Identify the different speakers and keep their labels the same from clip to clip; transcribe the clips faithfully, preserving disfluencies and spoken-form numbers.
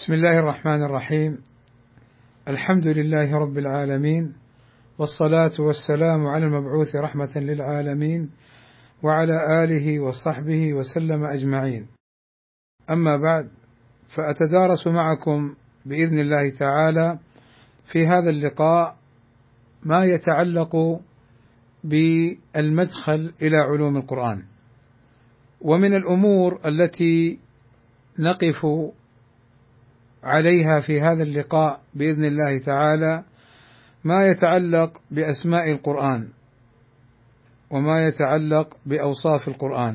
Speaker 1: بسم الله الرحمن الرحيم. الحمد لله رب العالمين، والصلاة والسلام على المبعوث رحمة للعالمين وعلى آله وصحبه وسلم أجمعين. أما بعد، فأتدارس معكم بإذن الله تعالى في هذا اللقاء ما يتعلق بالمدخل إلى علوم القرآن. ومن الأمور التي نقف عليها في هذا اللقاء بإذن الله تعالى ما يتعلق بأسماء القرآن وما يتعلق بأوصاف القرآن.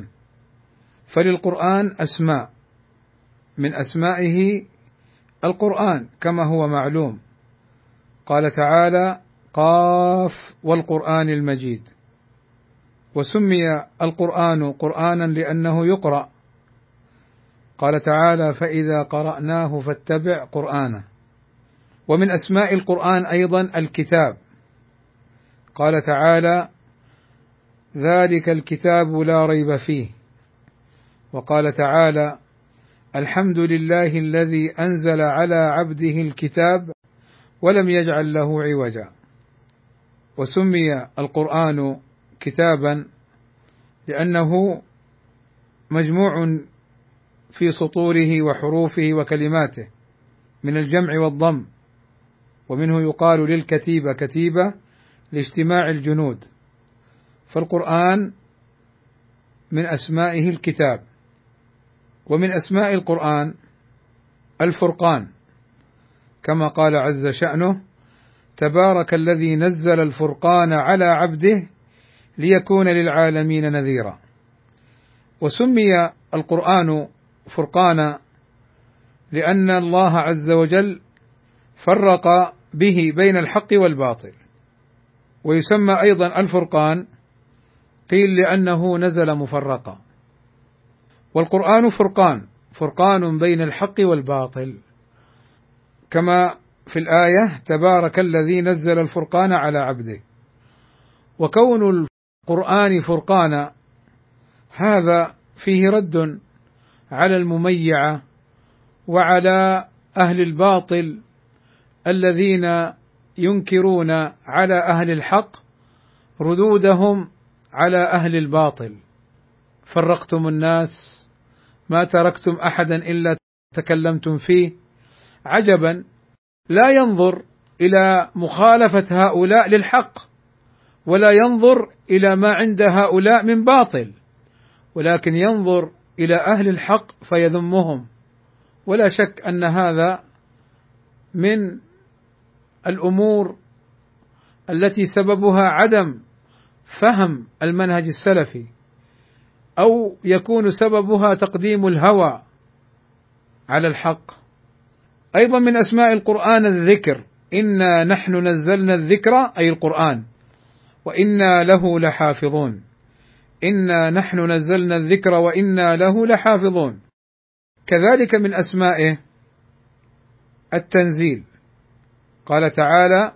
Speaker 1: فللقرآن أسماء، من أسمائه القرآن كما هو معلوم، قال تعالى: قاف والقرآن المجيد. وسمي القرآن قرآنا لأنه يقرأ، قال تعالى: فإذا قرأناه فاتبع قرآنه. ومن أسماء القرآن أيضا الكتاب، قال تعالى: ذلك الكتاب لا ريب فيه. وقال تعالى: الحمد لله الذي أنزل على عبده الكتاب ولم يجعل له عوجا. وسمي القرآن كتابا لأنه مجموع في سطوره وحروفه وكلماته من الجمع والضم، ومنه يقال للكتيبة كتيبة لاجتماع الجنود. فالقرآن من أسمائه الكتاب. ومن أسماء القرآن الفرقان، كما قال عز شأنه: تبارك الذي نزل الفرقان على عبده ليكون للعالمين نذيرا. وسمي القرآن فرقانا لأن الله عز وجل فرق به بين الحق والباطل. ويسمى أيضا الفرقان قيل لأنه نزل مفرقا. والقرآن فرقان، فرقان بين الحق والباطل، كما في الآية: تبارك الذي نزل الفرقان على عبده. وكون القرآن فرقانا هذا فيه رد على المميعة وعلى أهل الباطل الذين ينكرون على أهل الحق ردودهم على أهل الباطل: فرقتم الناس، ما تركتم أحدا إلا تكلمتم فيه. عجبا، لا ينظر إلى مخالفة هؤلاء للحق، ولا ينظر إلى ما عند هؤلاء من باطل، ولكن ينظر إلى أهل الحق فيذمهم. ولا شك أن هذا من الأمور التي سببها عدم فهم المنهج السلفي، أو يكون سببها تقديم الهوى على الحق. أيضا من أسماء القرآن الذكر: إنا نحن نزلنا الذكر، أي القرآن، وإنا له لحافظون. إنا نحن نزلنا الذكر وإنا له لحافظون. كذلك من أسمائه التنزيل، قال تعالى: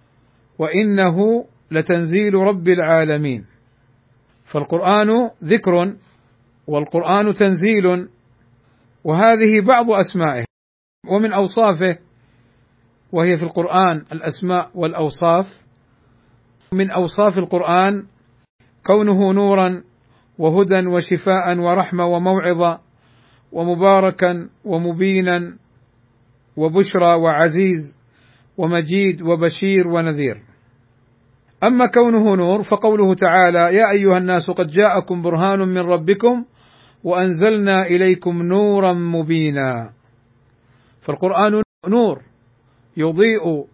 Speaker 1: وإنه لتنزيل رب العالمين. فالقرآن ذكر والقرآن تنزيل، وهذه بعض أسمائه. ومن أوصافه، وهي في القرآن الأسماء والأوصاف، من أوصاف القرآن كونه نورا وهدى وشفاء ورحمة وموعظة ومباركا ومبينا وبشرى وعزيز ومجيد وبشير ونذير. أما كونه نور فقوله تعالى: يا أيها الناس قد جاءكم برهان من ربكم وأنزلنا إليكم نورا مبينا. فالقرآن نور يضيء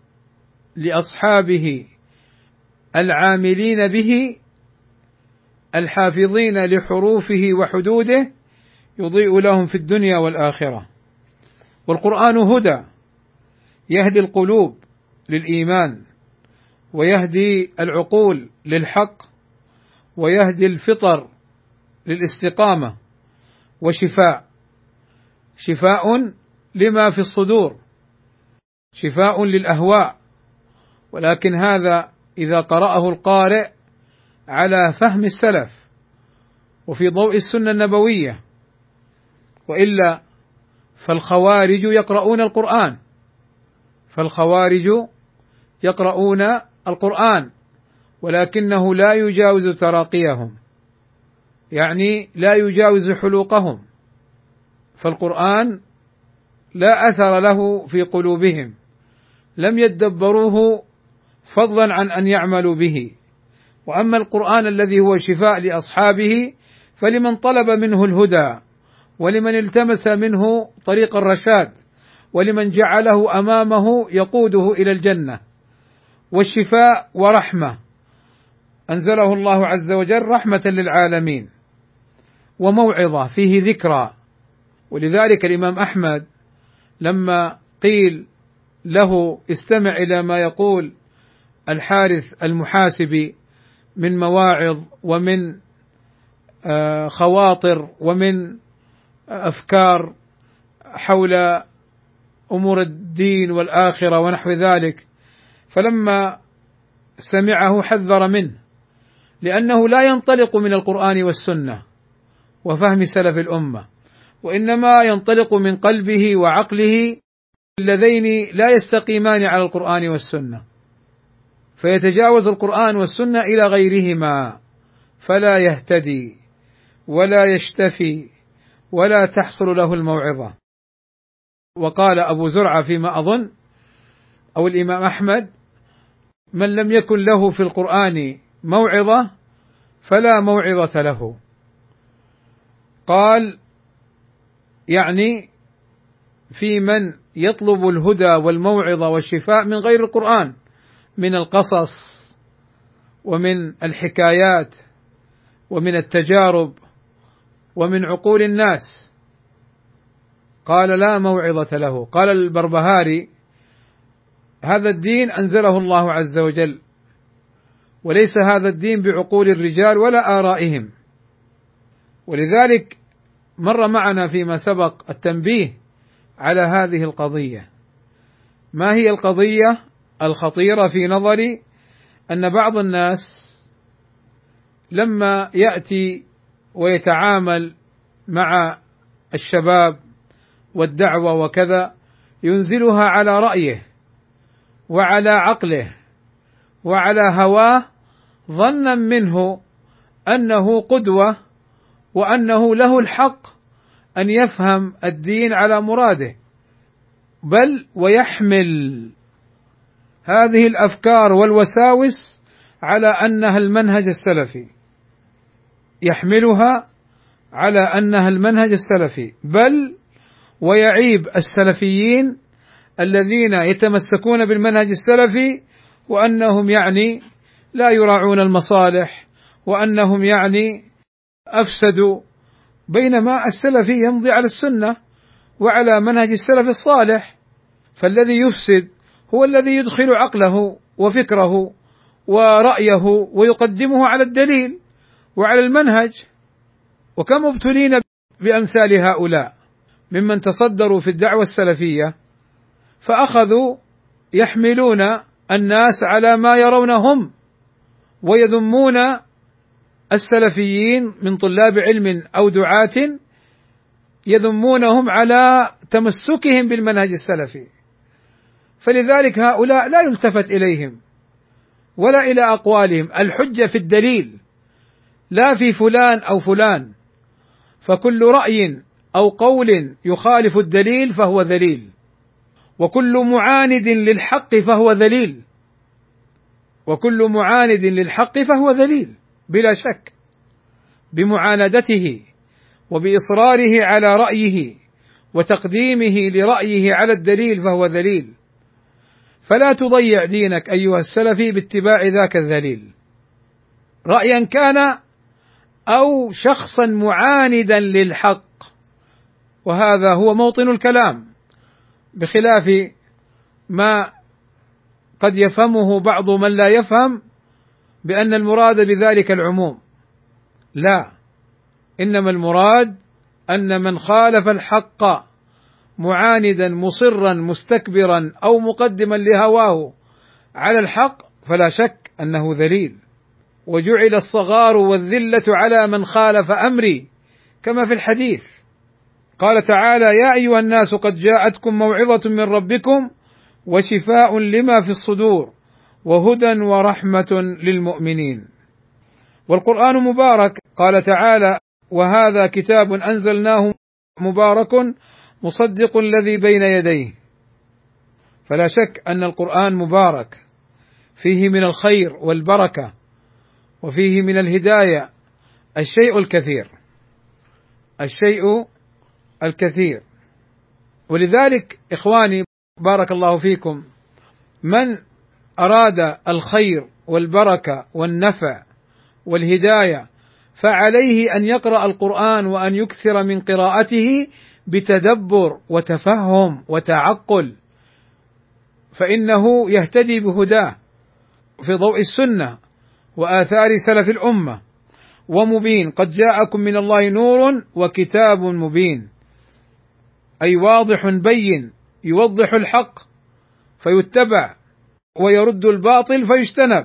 Speaker 1: لأصحابه العاملين به الحافظين لحروفه وحدوده، يضيء لهم في الدنيا والآخرة. والقرآن هدى، يهدي القلوب للإيمان، ويهدي العقول للحق، ويهدي الفطر للاستقامة. وشفاء، شفاء لما في الصدور، شفاء للأهواء، ولكن هذا إذا قرأه القارئ على فهم السلف وفي ضوء السنة النبوية، وإلا فالخوارج يقرؤون القرآن فالخوارج يقرؤون القرآن ولكنه لا يجاوز تراقيهم، يعني لا يجاوز حلوقهم، فالقرآن لا أثر له في قلوبهم، لم يدبروه فضلا عن أن يعملوا به. وأما القرآن الذي هو شفاء لأصحابه فلمن طلب منه الهدى، ولمن التمس منه طريق الرشاد، ولمن جعله أمامه يقوده إلى الجنة. والشفاء ورحمة أنزله الله عز وجل رحمة للعالمين، وموعظة فيه ذكرى. ولذلك الإمام أحمد لما قيل له استمع إلى ما يقول الحارث المحاسبي من مواعظ ومن خواطر ومن أفكار حول أمور الدين والآخرة ونحو ذلك، فلما سمعه حذر منه، لأنه لا ينطلق من القرآن والسنة وفهم سلف الأمة، وإنما ينطلق من قلبه وعقله اللذين لا يستقيمان على القرآن والسنة، فيتجاوز القرآن والسنة إلى غيرهما فلا يهتدي ولا يشتفي ولا تحصل له الموعظة. وقال أبو زرعة فيما أظن أو الإمام أحمد: من لم يكن له في القرآن موعظة فلا موعظة له. قال يعني في من يطلب الهدى والموعظة والشفاء من غير القرآن، من القصص ومن الحكايات ومن التجارب ومن عقول الناس، قال لا موعظة له. قال البربهاري: هذا الدين أنزله الله عز وجل، وليس هذا الدين بعقول الرجال ولا آرائهم. ولذلك مر معنا فيما سبق التنبيه على هذه القضية. ما هي القضية الخطيرة في نظري؟ أن بعض الناس لما يأتي ويتعامل مع الشباب والدعوة وكذا ينزلها على رأيه وعلى عقله وعلى هواه، ظنا منه أنه قدوة وأنه له الحق أن يفهم الدين على مراده، بل ويحمل هذه الأفكار والوساوس على أنها المنهج السلفي، يحملها على أنها المنهج السلفي، بل ويعيب السلفيين الذين يتمسكون بالمنهج السلفي وأنهم يعني لا يراعون المصالح وأنهم يعني أفسدوا، بينما السلفي يمضي على السنة وعلى منهج السلف الصالح. فالذي يفسد هو الذي يدخل عقله وفكره ورأيه ويقدمه على الدليل وعلى المنهج. وكم ابتلينا بأمثال هؤلاء ممن تصدروا في الدعوة السلفية فأخذوا يحملون الناس على ما يرون هم، ويذمون السلفيين من طلاب علم أو دعاة، يذمونهم على تمسكهم بالمنهج السلفي. فلذلك هؤلاء لا يلتفت إليهم ولا إلى أقوالهم، الحجة في الدليل لا في فلان أو فلان، فكل رأي أو قول يخالف الدليل فهو ذليل، وكل معاند للحق فهو ذليل، وكل معاند للحق فهو ذليل بلا شك، بمعاندته وبإصراره على رأيه وتقديمه لرأيه على الدليل فهو ذليل. فلا تضيع دينك أيها السلفي باتباع ذاك الذليل، رأيا كان أو شخصا معاندا للحق، وهذا هو موطن الكلام، بخلاف ما قد يفهمه بعض من لا يفهم بأن المراد بذلك العموم. لا، إنما المراد أن من خالف الحق معاندا مصرا مستكبرا أو مقدما لهواه على الحق فلا شك أنه ذليل. وجعل الصغار والذلة على من خالف أمري، كما في الحديث قال تعالى: يا أيها الناس قد جاءتكم موعظة من ربكم وشفاء لما في الصدور وهدى ورحمة للمؤمنين. والقرآن مبارك، قال تعالى: وهذا كتاب أنزلناه مبارك مصدق الذي بين يديه. فلا شك أن القرآن مبارك، فيه من الخير والبركة وفيه من الهداية الشيء الكثير الشيء الكثير ولذلك إخواني بارك الله فيكم، من أراد الخير والبركة والنفع والهداية فعليه أن يقرأ القرآن وأن يكثر من قراءته بتدبر وتفهم وتعقل، فإنه يهتدي بهداه في ضوء السنة وآثار سلف الأمة. ومبين، قد جاءكم من الله نور وكتاب مبين، أي واضح بين يوضح الحق فيتبع ويرد الباطل فيجتنب،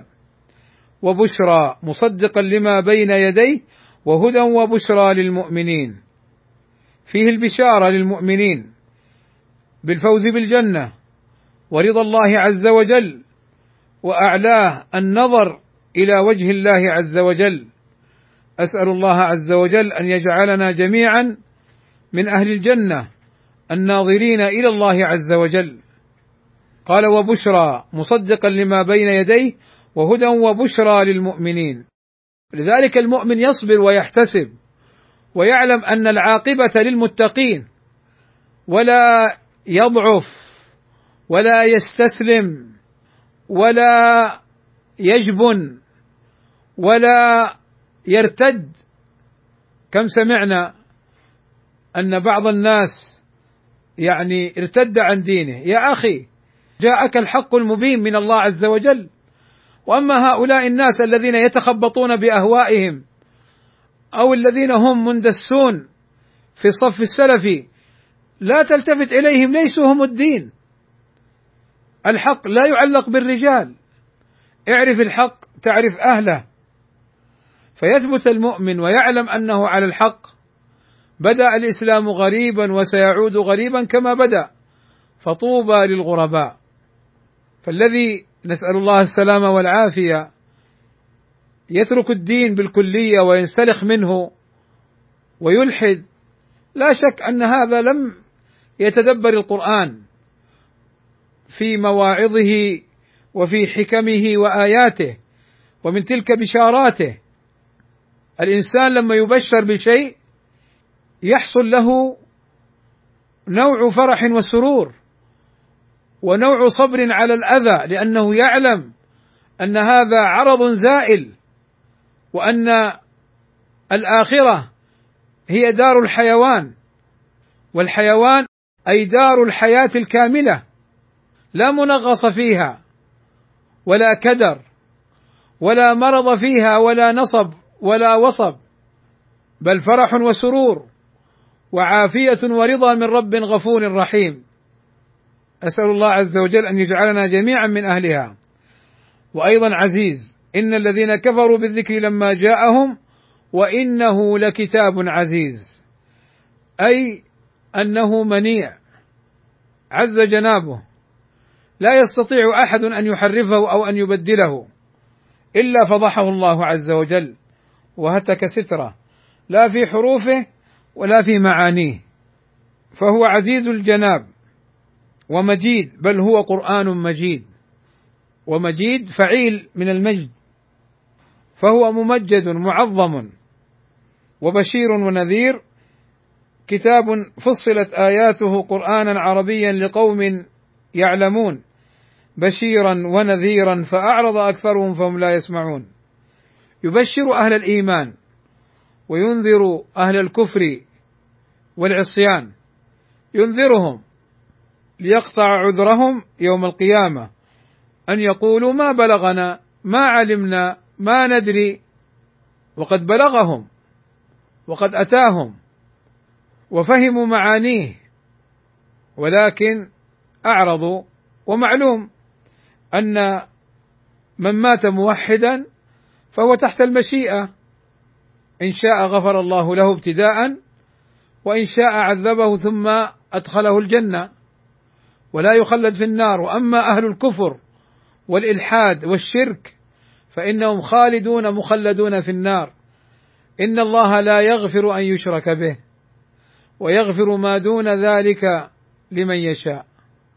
Speaker 1: وبشرى مصدقا لما بين يديه وهدى وبشرى للمؤمنين. فيه البشارة للمؤمنين بالفوز بالجنة ورضا الله عز وجل، وأعلاه النظر إلى وجه الله عز وجل. أسأل الله عز وجل أن يجعلنا جميعا من أهل الجنة الناظرين إلى الله عز وجل. قال: وبشرى مصدقا لما بين يديه وهدى وبشرى للمؤمنين. لذلك المؤمن يصبر ويحتسب ويعلم أن العاقبة للمتقين، ولا يضعف ولا يستسلم ولا يجبن ولا يرتد. كم سمعنا أن بعض الناس يعني ارتد عن دينه. يا أخي، جاءك الحق المبين من الله عز وجل، وأما هؤلاء الناس الذين يتخبطون بأهوائهم أو الذين هم مندسون في الصف السلفي لا تلتفت إليهم، ليسوا هم الدين. الحق لا يعلق بالرجال، اعرف الحق تعرف أهله. فيثبت المؤمن ويعلم أنه على الحق. بدأ الإسلام غريبا وسيعود غريبا كما بدأ، فطوبى للغرباء. فالذي نسأل الله السلامة والعافية يترك الدين بالكلية وينسلخ منه ويلحد، لا شك أن هذا لم يتدبر القرآن في مواعظه وفي حكمه وآياته ومن تلك بشاراته. الإنسان لما يبشر بشيء يحصل له نوع فرح وسرور ونوع صبر على الأذى، لأنه يعلم أن هذا عرض زائل، وأن الآخرة هي دار الحيوان، والحيوان أي دار الحياة الكاملة، لا منغص فيها ولا كدر ولا مرض فيها ولا نصب ولا وصب، بل فرح وسرور وعافية ورضا من رب غفور رحيم. أسأل الله عز وجل أن يجعلنا جميعا من أهلها. وأيضا عزيز، إن الذين كفروا بالذكر لما جاءهم وإنه لكتاب عزيز، أي أنه منيع عز جنابه، لا يستطيع أحد أن يحرفه أو أن يبدله إلا فضحه الله عز وجل وهتك ستره، لا في حروفه ولا في معانيه، فهو عزيز الجناب ومجيد، بل هو قرآن مجيد. ومجيد فعيل من المجد، فهو ممجد معظم وبشير ونذير، كتاب فصلت آياته قرآنا عربيا لقوم يعلمون، بشيرا ونذيرا فأعرض أكثرهم فهم لا يسمعون. يبشر أهل الإيمان وينذر أهل الكفر والعصيان، ينذرهم ليقطع عذرهم يوم القيامة، أن يقولوا ما بلغنا ما علمنا ما ندري، وقد بلغهم وقد أتاهم وفهموا معانيه ولكن أعرضوا. ومعلوم أن من مات موحدا فهو تحت المشيئة، إن شاء غفر الله له ابتداء، وإن شاء عذبه ثم أدخله الجنة ولا يخلد في النار. وأما أهل الكفر والإلحاد والشرك فإنهم خالدون مخلدون في النار. إن الله لا يغفر أن يشرك به ويغفر ما دون ذلك لمن يشاء.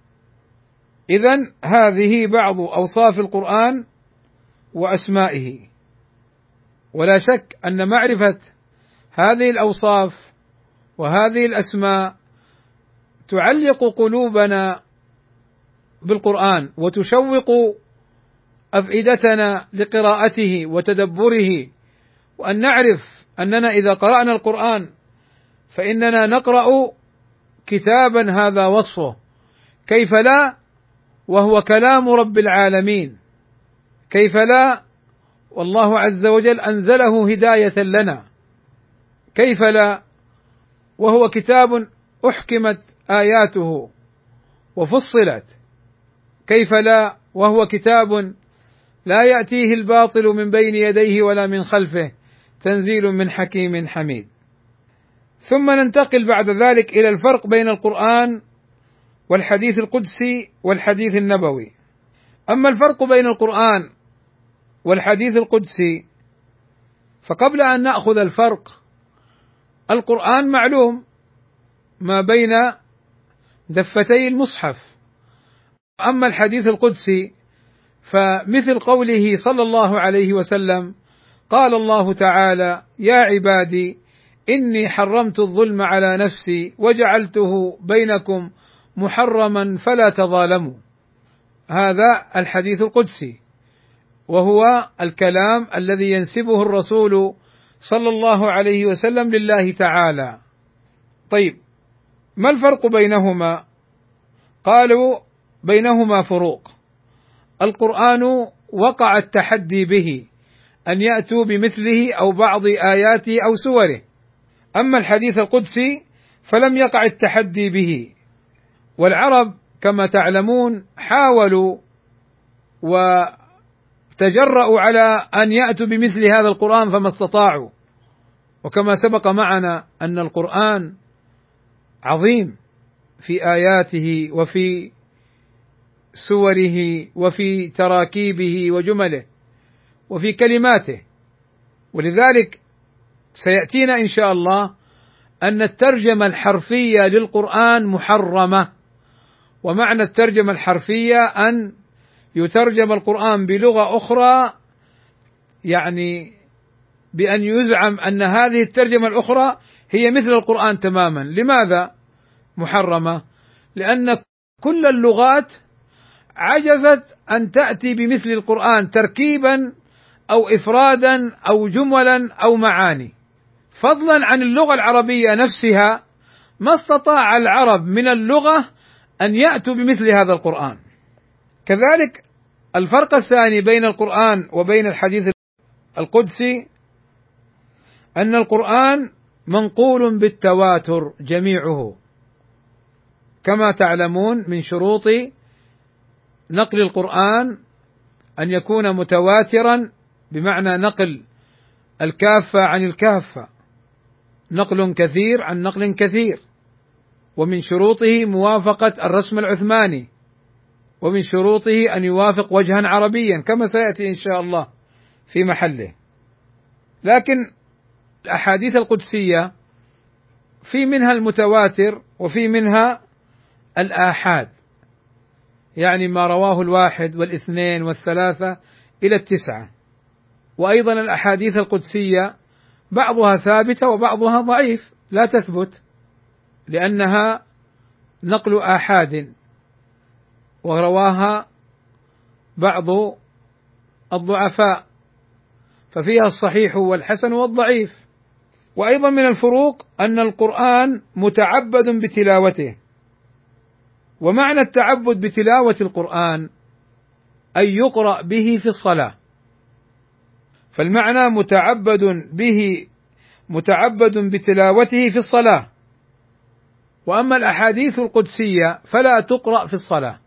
Speaker 1: إذن هذه بعض أوصاف القرآن وأسمائه، ولا شك أن معرفة هذه الأوصاف وهذه الأسماء تعلق قلوبنا بالقرآن وتشوق أفئدتنا لقراءته وتدبره، وأن نعرف أننا إذا قرأنا القرآن فإننا نقرأ كتابا هذا وصفه، كيف لا وهو كلام رب العالمين، كيف لا والله عز وجل أنزله هداية لنا، كيف لا وهو كتاب أحكمت آياته وفصلت، كيف لا وهو كتاب لا يأتيه الباطل من بين يديه ولا من خلفه تنزيل من حكيم حميد. ثم ننتقل بعد ذلك إلى الفرق بين القرآن والحديث القدسي والحديث النبوي. أما الفرق بين القرآن والحديث القدسي فقبل أن نأخذ الفرق، القرآن معلوم ما بين دفتي المصحف، أما الحديث القدسي فمثل قوله صلى الله عليه وسلم: قال الله تعالى: يا عبادي إني حرمت الظلم على نفسي وجعلته بينكم محرما فلا تظالموا. هذا الحديث القدسي، وهو الكلام الذي ينسبه الرسول صلى الله عليه وسلم لله تعالى. طيب، ما الفرق بينهما؟ قالوا بينهما فروق. القرآن وقع التحدي به أن يأتوا بمثله أو بعض آياته أو سوره، أما الحديث القدسي فلم يقع التحدي به، والعرب كما تعلمون حاولوا وتجرؤوا على أن يأتوا بمثل هذا القرآن فما استطاعوا، وكما سبق معنا أن القرآن عظيم في آياته وفي سوره وفي تراكيبه وجمله وفي كلماته، ولذلك سيأتينا إن شاء الله أن الترجمة الحرفية للقرآن محرمة. ومعنى الترجمة الحرفية أن يترجم القرآن بلغة أخرى، يعني بأن يزعم أن هذه الترجمة الأخرى هي مثل القرآن تماما. لماذا محرمة؟ لأن كل اللغات عجزت أن تأتي بمثل القرآن تركيبا أو إفرادا أو جملا أو معاني، فضلا عن اللغة العربية نفسها ما استطاع العرب من اللغة أن يأتوا بمثل هذا القرآن. كذلك الفرق الثاني بين القرآن وبين الحديث القدسي أن القرآن منقول بالتواتر جميعه، كما تعلمون من شروط نقل القرآن أن يكون متواترا، بمعنى نقل الكافة عن الكافة، نقل كثير عن نقل كثير، ومن شروطه موافقة الرسم العثماني، ومن شروطه أن يوافق وجها عربيا كما سيأتي إن شاء الله في محله. لكن الأحاديث القدسية في منها المتواتر وفي منها الآحاد، يعني ما رواه الواحد والاثنين والثلاثة إلى التسعة. وأيضا الأحاديث القدسية بعضها ثابتة وبعضها ضعيف لا تثبت، لأنها نقل آحاد ورواها بعض الضعفاء، ففيها الصحيح والحسن والضعيف. وأيضا من الفروق أن القرآن متعبد بتلاوته، ومعنى التعبد بتلاوة القرآن أن يقرأ به في الصلاة، فالمعنى متعبد به متعبد بتلاوته في الصلاة. وأما الأحاديث القدسية فلا تقرأ في الصلاة،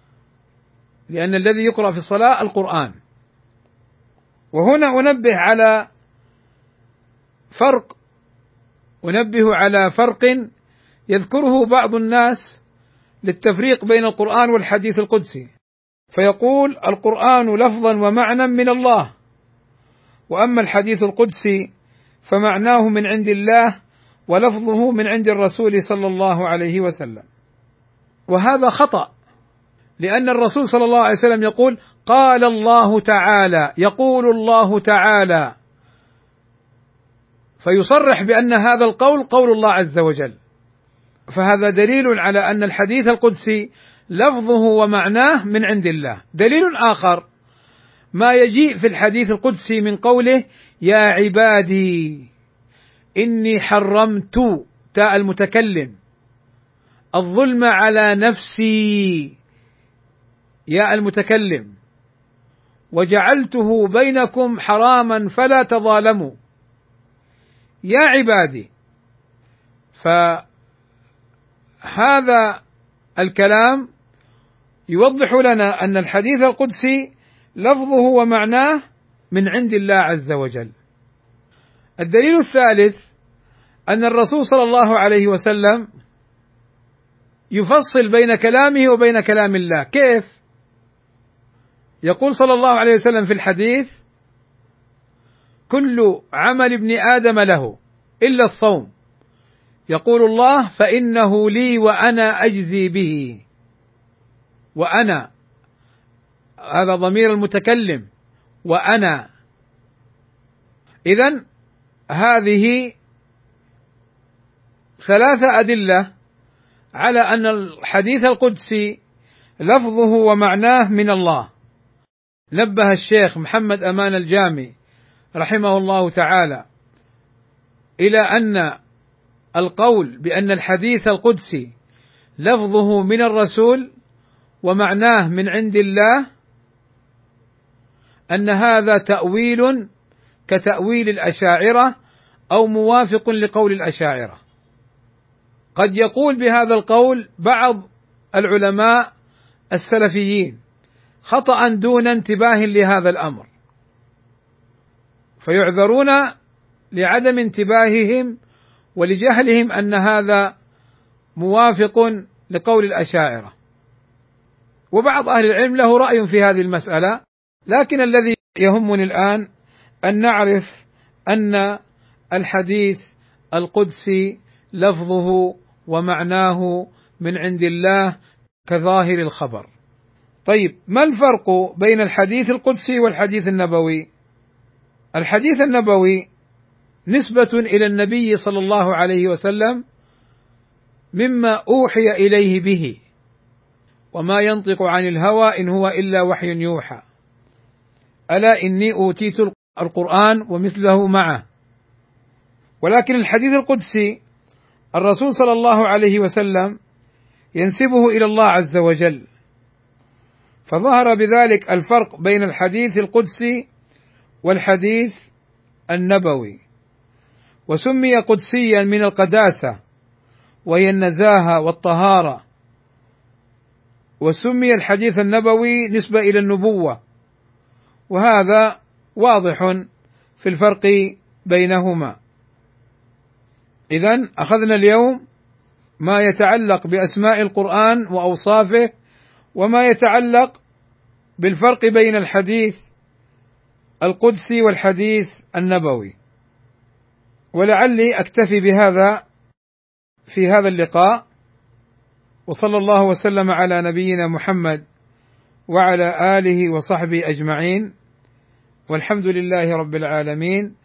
Speaker 1: لأن الذي يقرأ في الصلاة القرآن. وهنا أنبه على فرق أنبه على فرق يذكره بعض الناس للتفريق بين القرآن والحديث القدسي، فيقول القرآن لفظا ومعنى من الله، وأما الحديث القدسي فمعناه من عند الله ولفظه من عند الرسول صلى الله عليه وسلم. وهذا خطأ، لأن الرسول صلى الله عليه وسلم يقول قال الله تعالى، يقول الله تعالى، فيصرح بأن هذا القول قول الله عز وجل، فهذا دليل على أن الحديث القدسي لفظه ومعناه من عند الله. دليل آخر ما يجيء في الحديث القدسي من قوله يا عبادي إني حرمت تاء المتكلم الظلم على نفسي يا المتكلم وجعلته بينكم حراما فلا تظالموا يا عبادي. فهذا الكلام يوضح لنا أن الحديث القدسي لفظه ومعناه من عند الله عز وجل. الدليل الثالث أن الرسول صلى الله عليه وسلم يفصل بين كلامه وبين كلام الله. كيف؟ يقول صلى الله عليه وسلم في الحديث كل عمل ابن آدم له إلا الصوم، يقول الله فإنه لي وأنا أجزي به، وأنا هذا ضمير المتكلم وأنا. إذن هذه ثلاثة أدلة على أن الحديث القدسي لفظه ومعناه من الله. نبه الشيخ محمد أمان الجامي رحمه الله تعالى إلى أن القول بأن الحديث القدسي لفظه من الرسول ومعناه من عند الله أن هذا تأويل كتأويل الأشاعرة أو موافق لقول الأشاعرة. قد يقول بهذا القول بعض العلماء السلفيين خطأ دون انتباه لهذا الأمر، فيعذرون لعدم انتباههم ولجهلهم أن هذا موافق لقول الأشاعرة. وبعض أهل العلم له رأي في هذه المسألة، لكن الذي يهمني الآن أن نعرف أن الحديث القدسي لفظه ومعناه من عند الله كظاهر الخبر. طيب، ما الفرق بين الحديث القدسي والحديث النبوي؟ الحديث النبوي نسبة إلى النبي صلى الله عليه وسلم مما أوحي إليه به، وما ينطق عن الهوى إن هو إلا وحي يوحى، ألا إني أوتيت القرآن ومثله معه. ولكن الحديث القدسي الرسول صلى الله عليه وسلم ينسبه إلى الله عز وجل، فظهر بذلك الفرق بين الحديث القدسي والحديث النبوي، وسمي قدسيا من القداسة وهي النزاهة والطهارة، وسمي الحديث النبوي نسبة إلى النبوة، وهذا واضح في الفرق بينهما. إذن أخذنا اليوم ما يتعلق بأسماء القرآن وأوصافه، وما يتعلق بالفرق بين الحديث القدسي والحديث النبوي. ولعلي أكتفي بهذا في هذا اللقاء، وصلى الله وسلم على نبينا محمد وعلى آله وصحبه أجمعين، والحمد لله رب العالمين.